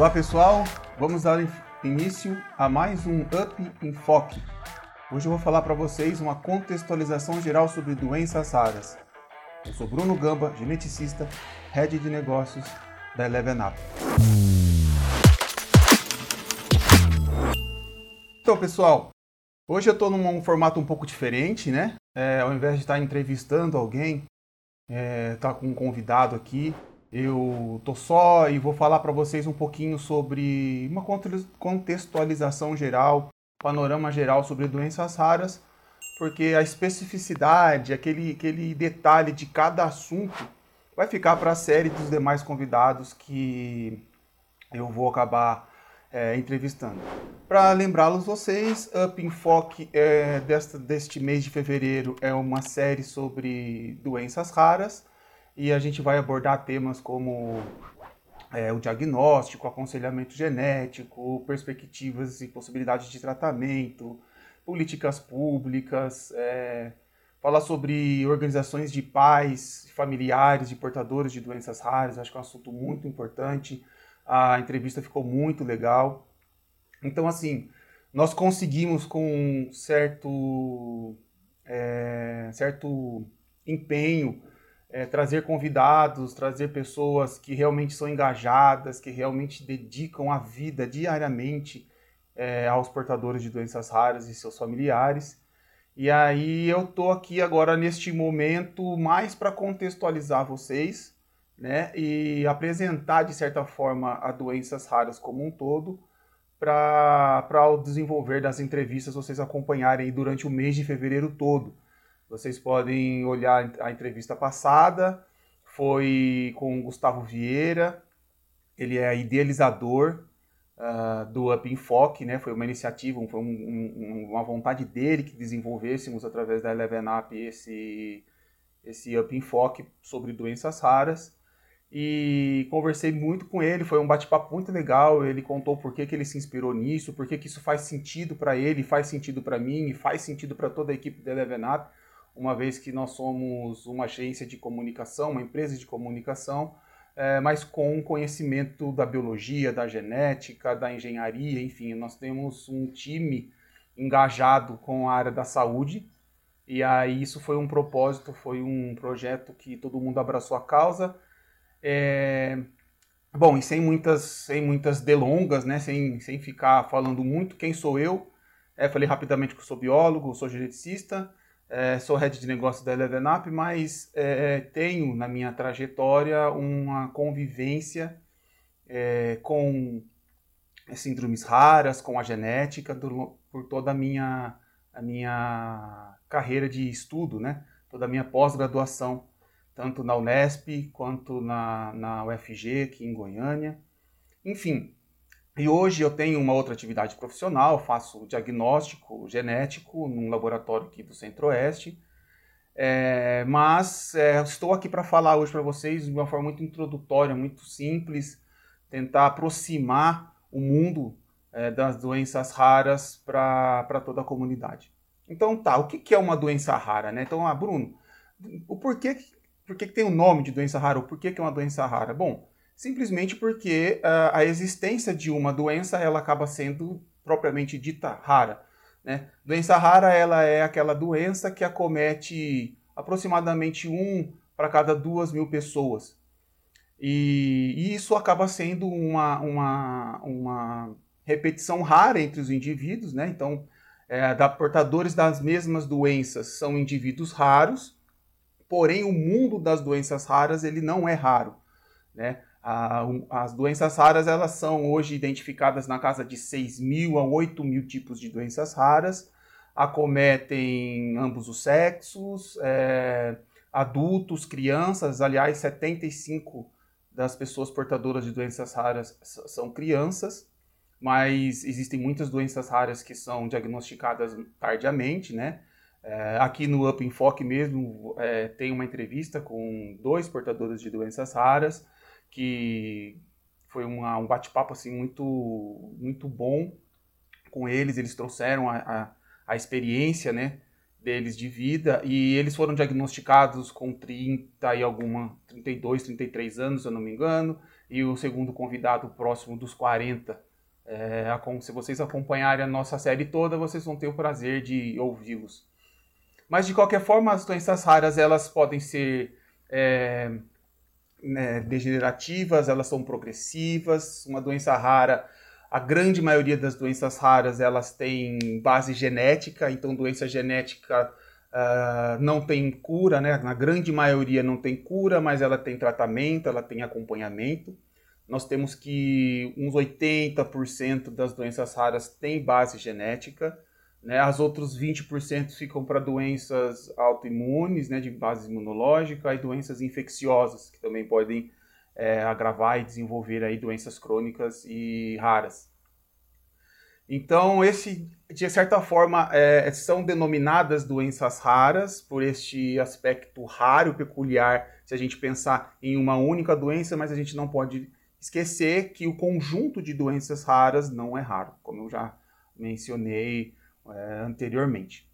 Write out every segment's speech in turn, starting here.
Olá pessoal, vamos dar início a mais um Up Enfoque. Hoje eu vou falar para vocês uma contextualização geral sobre doenças raras. Eu sou Bruno Gamba, geneticista, Head de Negócios da Eleven Up. Então pessoal, hoje eu estou num formato um pouco diferente, né? Ao invés de estar entrevistando alguém, estar com um convidado aqui, eu tô só e vou falar para vocês um pouquinho sobre uma contextualização geral, panorama geral sobre doenças raras, porque a especificidade, aquele detalhe de cada assunto vai ficar para a série dos demais convidados que eu vou acabar entrevistando. Para lembrá-los vocês, Up Enfoque deste mês de fevereiro é uma série sobre doenças raras, e a gente vai abordar temas como o diagnóstico, aconselhamento genético, perspectivas e possibilidades de tratamento, políticas públicas, falar sobre organizações de pais, familiares de portadores de doenças raras. Acho que é um assunto muito importante. A entrevista ficou muito legal. Então, assim, nós conseguimos com certo empenho trazer convidados, trazer pessoas que realmente são engajadas, que realmente dedicam a vida diariamente aos portadores de doenças raras e seus familiares. E aí eu tô aqui agora neste momento mais para contextualizar vocês, né, e apresentar de certa forma a doenças raras como um todo, para o desenvolver das entrevistas vocês acompanharem durante o mês de fevereiro todo. Vocês podem olhar a entrevista passada, foi com o Gustavo Vieira, ele é idealizador do Up Enfoque, né? Foi uma iniciativa, foi uma vontade dele que desenvolvêssemos através da Eleven Up esse Up Enfoque sobre doenças raras. E conversei muito com ele, foi um bate-papo muito legal. Ele contou por que ele se inspirou nisso, por que isso faz sentido para ele, faz sentido para mim e faz sentido para toda a equipe da Eleven Up, uma vez que nós somos uma agência de comunicação, uma empresa de comunicação, mas com conhecimento da biologia, da genética, da engenharia, enfim, nós temos um time engajado com a área da saúde. E aí isso foi um propósito, foi um projeto que todo mundo abraçou a causa. Bom, e sem muitas delongas, né? Sem ficar falando muito, quem sou eu? Falei rapidamente que eu sou biólogo, sou geneticista, sou head de negócio da Eleven Up, mas tenho na minha trajetória uma convivência com síndromes raras, com a genética, por toda a minha carreira de estudo, né? Toda a minha pós-graduação, tanto na Unesp quanto na UFG, aqui em Goiânia. Enfim, e hoje eu tenho uma outra atividade profissional, faço diagnóstico genético num laboratório aqui do Centro-Oeste, mas estou aqui para falar hoje para vocês de uma forma muito introdutória, muito simples, tentar aproximar o mundo das doenças raras para toda a comunidade. Então tá, o que é uma doença rara, né? Então, Bruno, por que tem o nome de doença rara, ou por que é uma doença rara? Bom, simplesmente porque a existência de uma doença ela acaba sendo propriamente dita rara, né? Doença rara ela é aquela doença que acomete aproximadamente 1 para cada 2.000 pessoas. E isso acaba sendo uma repetição rara entre os indivíduos, né? Então, portadores das mesmas doenças são indivíduos raros, porém o mundo das doenças raras ele não é raro, né? As doenças raras elas são hoje identificadas na casa de 6.000 a 8.000 tipos de doenças raras, acometem ambos os sexos, adultos, crianças. Aliás, 75% das pessoas portadoras de doenças raras são crianças, mas existem muitas doenças raras que são diagnosticadas tardiamente, né? Aqui no Up Enfoque mesmo tem uma entrevista com 2 portadores de doenças raras, que foi um bate-papo assim, muito bom com eles. Eles trouxeram a experiência, né, deles de vida, e eles foram diagnosticados com 32, 33 anos, se eu não me engano, e o segundo convidado próximo dos 40. Se vocês acompanharem a nossa série toda, vocês vão ter o prazer de ouvi-los. Mas, de qualquer forma, as doenças raras, elas podem ser degenerativas, elas são progressivas. Uma doença rara, a grande maioria das doenças raras, elas têm base genética, então doença genética não tem cura, né? Na grande maioria não tem cura, mas ela tem tratamento, ela tem acompanhamento. Nós temos que uns 80% das doenças raras têm base genética, né? As outros 20% ficam para doenças autoimunes, né, de base imunológica, e doenças infecciosas, que também podem agravar e desenvolver aí doenças crônicas e raras. Então, de certa forma, são denominadas doenças raras por este aspecto raro, peculiar, se a gente pensar em uma única doença, mas a gente não pode esquecer que o conjunto de doenças raras não é raro, como eu já mencionei anteriormente.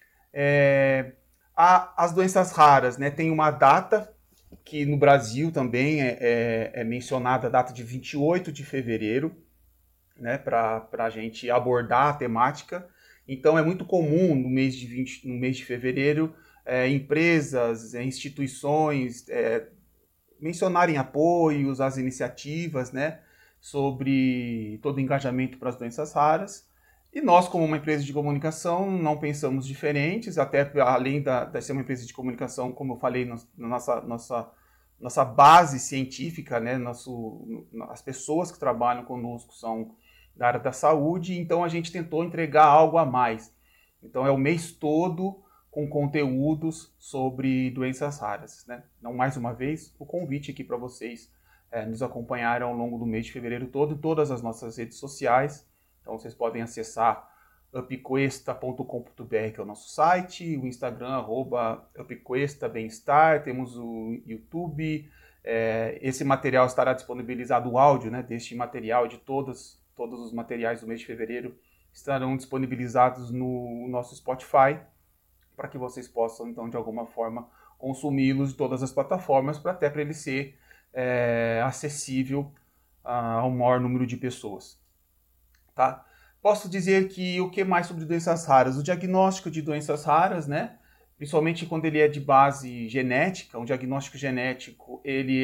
As doenças raras, né, tem uma data que no Brasil também é mencionada, a data de 28 de fevereiro, né, para a gente abordar a temática. Então é muito comum no mês de fevereiro empresas, instituições mencionarem apoios às iniciativas, né, sobre todo o engajamento para as doenças raras. E nós, como uma empresa de comunicação, não pensamos diferentes, até além de ser uma empresa de comunicação, como eu falei, na nossa base científica, né, as pessoas que trabalham conosco são da área da saúde, então a gente tentou entregar algo a mais. Então é o mês todo com conteúdos sobre doenças raras, né? Então, mais uma vez, o convite aqui para vocês nos acompanharem ao longo do mês de fevereiro todo, todas as nossas redes sociais. Então vocês podem acessar upquesta.com.br, que é o nosso site, o Instagram, @upquestabemestar, temos o YouTube. Esse material estará disponibilizado, o áudio, né, deste material, de todos os materiais do mês de fevereiro estarão disponibilizados no nosso Spotify, para que vocês possam, então, de alguma forma, consumi-los de todas as plataformas, até para ele ser acessível ao maior número de pessoas. Tá? Posso dizer que o que mais sobre doenças raras? O diagnóstico de doenças raras, né? Principalmente quando ele é de base genética, um diagnóstico genético, ele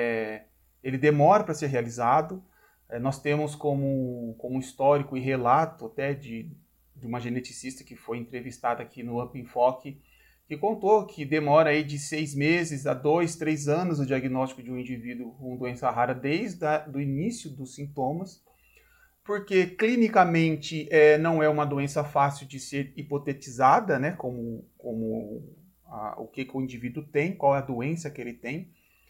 demora para ser realizado. Nós temos como histórico e relato até de uma geneticista que foi entrevistada aqui no Up Enfoque, que contou que demora aí de 6 meses a 2, 3 anos o diagnóstico de um indivíduo com doença rara desde o início dos sintomas, porque clinicamente não é uma doença fácil de ser hipotetizada, né, como o que o indivíduo tem, qual é a doença que ele tem,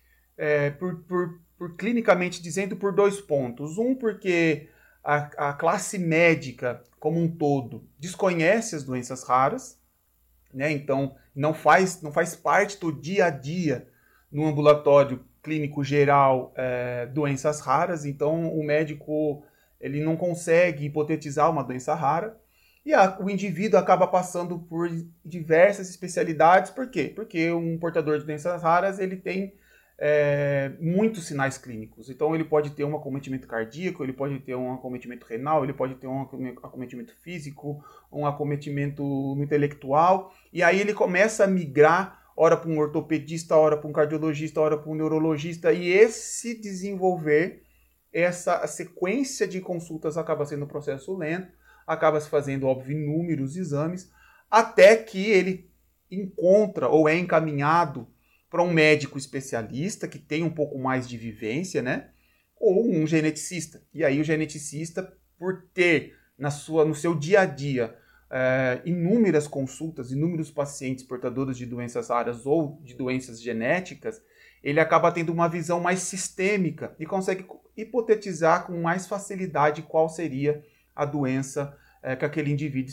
por clinicamente dizendo, por 2 pontos. Um, porque a classe médica como um todo desconhece as doenças raras, né? Então não faz parte do dia a dia no ambulatório clínico geral doenças raras, então o médico ele não consegue hipotetizar uma doença rara, e o indivíduo acaba passando por diversas especialidades. Por quê? Porque um portador de doenças raras ele tem muitos sinais clínicos. Então ele pode ter um acometimento cardíaco, ele pode ter um acometimento renal, ele pode ter um acometimento físico, um acometimento intelectual, e aí ele começa a migrar, ora para um ortopedista, ora para um cardiologista, ora para um neurologista, e esse desenvolver, essa sequência de consultas acaba sendo um processo lento, acaba se fazendo, óbvio, inúmeros exames, até que ele encontra ou é encaminhado para um médico especialista que tem um pouco mais de vivência, né? Ou um geneticista. E aí o geneticista, por ter no seu dia a dia inúmeras consultas, inúmeros pacientes portadores de doenças raras ou de doenças genéticas, ele acaba tendo uma visão mais sistêmica e consegue hipotetizar com mais facilidade qual seria a doença que aquele indivíduo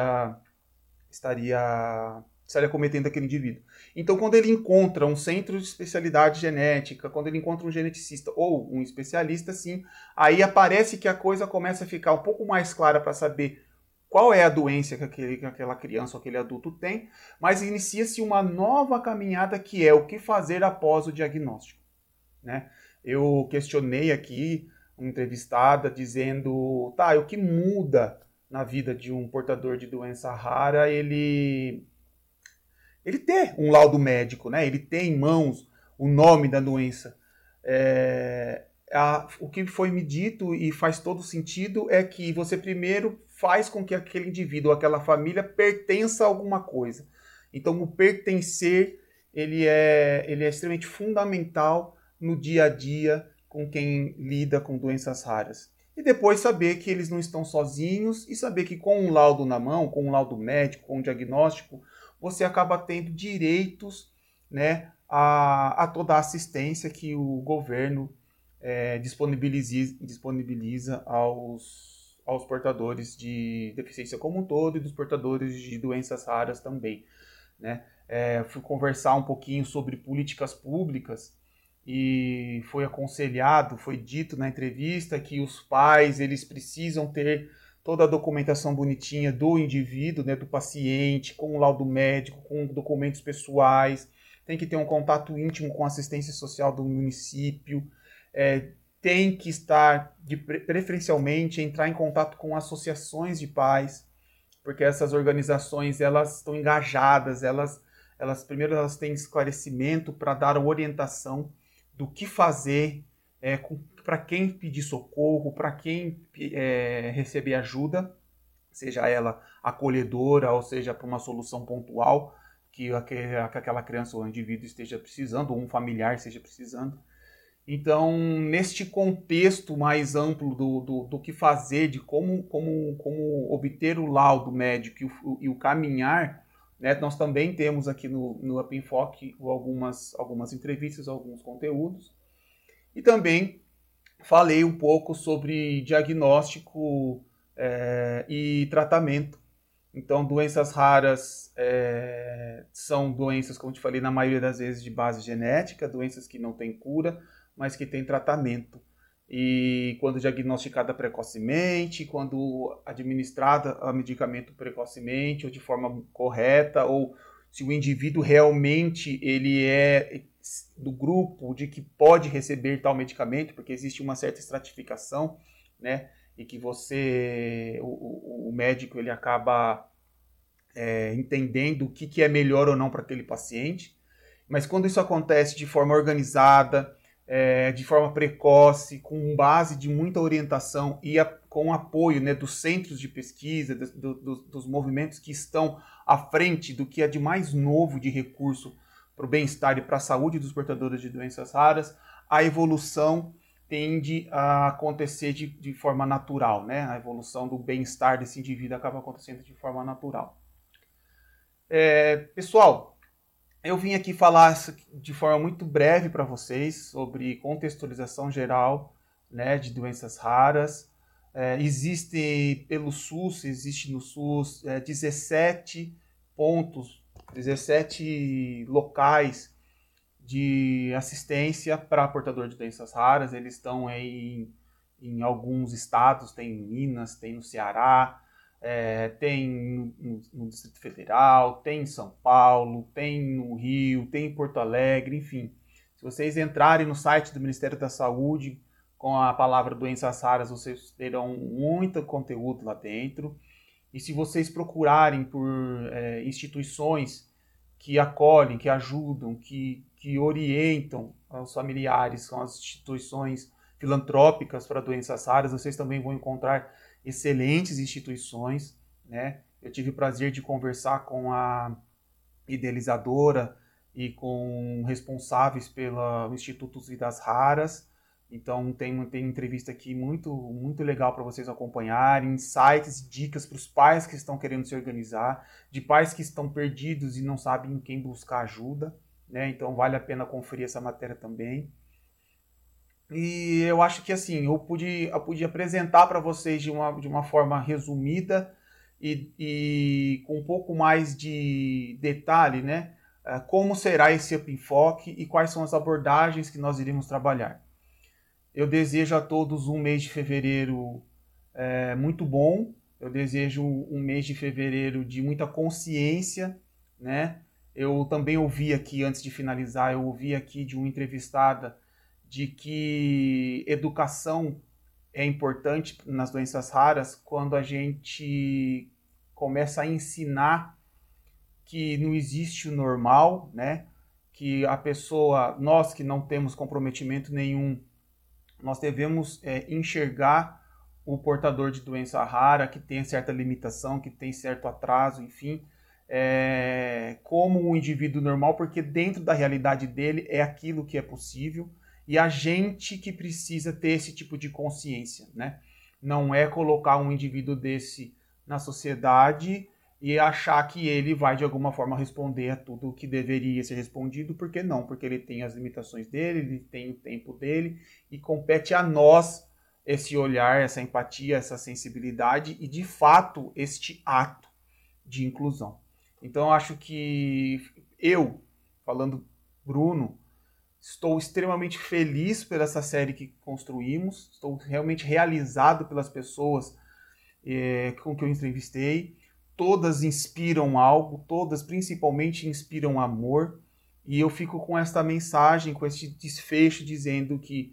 estaria cometendo aquele indivíduo. Então, quando ele encontra um centro de especialidade genética, quando ele encontra um geneticista ou um especialista, sim, aí aparece que a coisa começa a ficar um pouco mais clara para saber qual é a doença que aquela criança ou aquele adulto tem, mas inicia-se uma nova caminhada que é o que fazer após o diagnóstico, né? Eu questionei aqui uma entrevistada dizendo, tá, o que muda na vida de um portador de doença rara, ele ter um laudo médico, né? Ele ter em mãos o nome da doença. O que foi me dito e faz todo sentido é que você primeiro faz com que aquele indivíduo, aquela família pertença a alguma coisa. Então o pertencer ele é extremamente fundamental no dia a dia com quem lida com doenças raras. E depois saber que eles não estão sozinhos e saber que com um laudo na mão, com um laudo médico, com um diagnóstico, você acaba tendo direitos, né, a toda a assistência que o governo disponibiliza aos portadores de deficiência como um todo e dos portadores de doenças raras também, né? Fui conversar um pouquinho sobre políticas públicas e foi aconselhado, foi dito na entrevista que os pais eles precisam ter toda a documentação bonitinha do indivíduo, né, do paciente, com o laudo médico, com documentos pessoais, tem que ter um contato íntimo com a assistência social do município, tem que estar, preferencialmente, entrar em contato com associações de pais, porque essas organizações elas estão engajadas, elas primeiro elas têm esclarecimento para dar orientação do que fazer, para quem pedir socorro, para quem receber ajuda, seja ela acolhedora ou seja para uma solução pontual que aquela criança ou indivíduo esteja precisando, ou um familiar esteja precisando. Então, neste contexto mais amplo do que fazer, de como obter o laudo médico e o caminhar, né, nós também temos aqui no Up Enfoque algumas entrevistas, alguns conteúdos. E também falei um pouco sobre diagnóstico e tratamento. Então, doenças raras são doenças, como eu te falei, na maioria das vezes de base genética, doenças que não têm cura, mas que têm tratamento. E quando diagnosticada precocemente, quando administrada a medicamento precocemente ou de forma correta, ou se o indivíduo realmente ele é do grupo de que pode receber tal medicamento, porque existe uma certa estratificação, né? E que o médico ele acaba entendendo o que é melhor ou não para aquele paciente. Mas quando isso acontece de forma organizada, de forma precoce, com base de muita orientação e com apoio, né, dos centros de pesquisa, dos movimentos que estão à frente do que é de mais novo de recurso para o bem-estar e para a saúde dos portadores de doenças raras, a evolução tende a acontecer de forma natural, né? A evolução do bem-estar desse indivíduo acaba acontecendo de forma natural. Pessoal, eu vim aqui falar de forma muito breve para vocês sobre contextualização geral, né, de doenças raras. Existe no SUS 17 pontos, 17 locais de assistência para portador de doenças raras. Eles estão aí em alguns estados, tem em Minas, tem no Ceará, tem no Distrito Federal, tem em São Paulo, tem no Rio, tem em Porto Alegre, enfim. Se vocês entrarem no site do Ministério da Saúde com a palavra doenças raras, vocês terão muito conteúdo lá dentro. E se vocês procurarem por instituições que acolhem, que ajudam, que orientam os familiares, são as instituições filantrópicas para doenças raras, vocês também vão encontrar excelentes instituições, né? Eu tive o prazer de conversar com a idealizadora e com responsáveis pelo Instituto Vidas Raras. Então tem entrevista aqui muito, muito legal para vocês acompanharem, insights e dicas para os pais que estão querendo se organizar, de pais que estão perdidos e não sabem em quem buscar ajuda, né? Então vale a pena conferir essa matéria também. E eu acho que assim, eu pude apresentar para vocês de uma forma resumida e com um pouco mais de detalhe, né? Como será esse Up Enfoque e quais são as abordagens que nós iremos trabalhar. Eu desejo a todos um mês de fevereiro muito bom, Eu desejo um mês de fevereiro de muita consciência, né? Eu também ouvi aqui, antes de finalizar, eu ouvi aqui de uma entrevistada de que educação é importante nas doenças raras quando a gente começa a ensinar que não existe o normal, né? Que a pessoa, nós que não temos comprometimento nenhum, nós devemos enxergar o portador de doença rara, que tem certa limitação, que tem certo atraso, enfim, como um indivíduo normal, porque dentro da realidade dele é aquilo que é possível, e a gente que precisa ter esse tipo de consciência, né? Não é colocar um indivíduo desse na sociedade e achar que ele vai de alguma forma responder a tudo o que deveria ser respondido, porque não, porque ele tem as limitações dele, ele tem o tempo dele, e compete a nós esse olhar, essa empatia, essa sensibilidade e, de fato, este ato de inclusão. Então, eu acho que eu, falando Bruno, estou extremamente feliz por essa série que construímos, estou realmente realizado pelas pessoas com que eu entrevistei. Todas inspiram algo, todas principalmente inspiram amor, e eu fico com esta mensagem, com esse desfecho dizendo que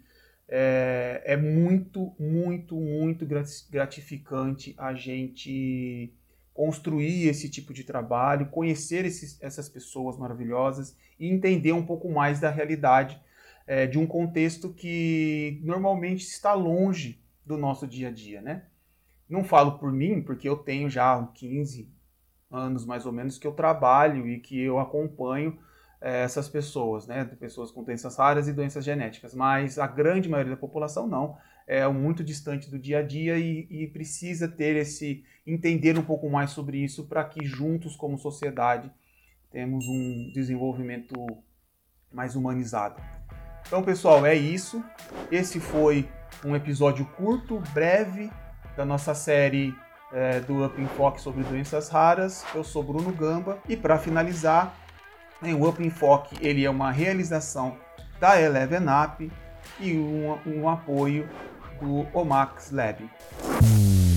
é muito, muito, muito gratificante a gente construir esse tipo de trabalho, conhecer essas pessoas maravilhosas e entender um pouco mais da realidade de um contexto que normalmente está longe do nosso dia a dia, né? Não falo por mim, porque eu tenho já 15 anos mais ou menos que eu trabalho e que eu acompanho essas pessoas, né? Pessoas com doenças raras e doenças genéticas, mas a grande maioria da população não, é muito distante do dia a dia e precisa ter entender um pouco mais sobre isso para que juntos como sociedade temos um desenvolvimento mais humanizado. Então, pessoal, é isso. Esse foi um episódio curto, breve, da nossa série do Up Enfoque sobre doenças raras. Eu sou Bruno Gamba e, para finalizar, o Up Enfoque ele é uma realização da Eleven Up e um apoio do Omax Lab.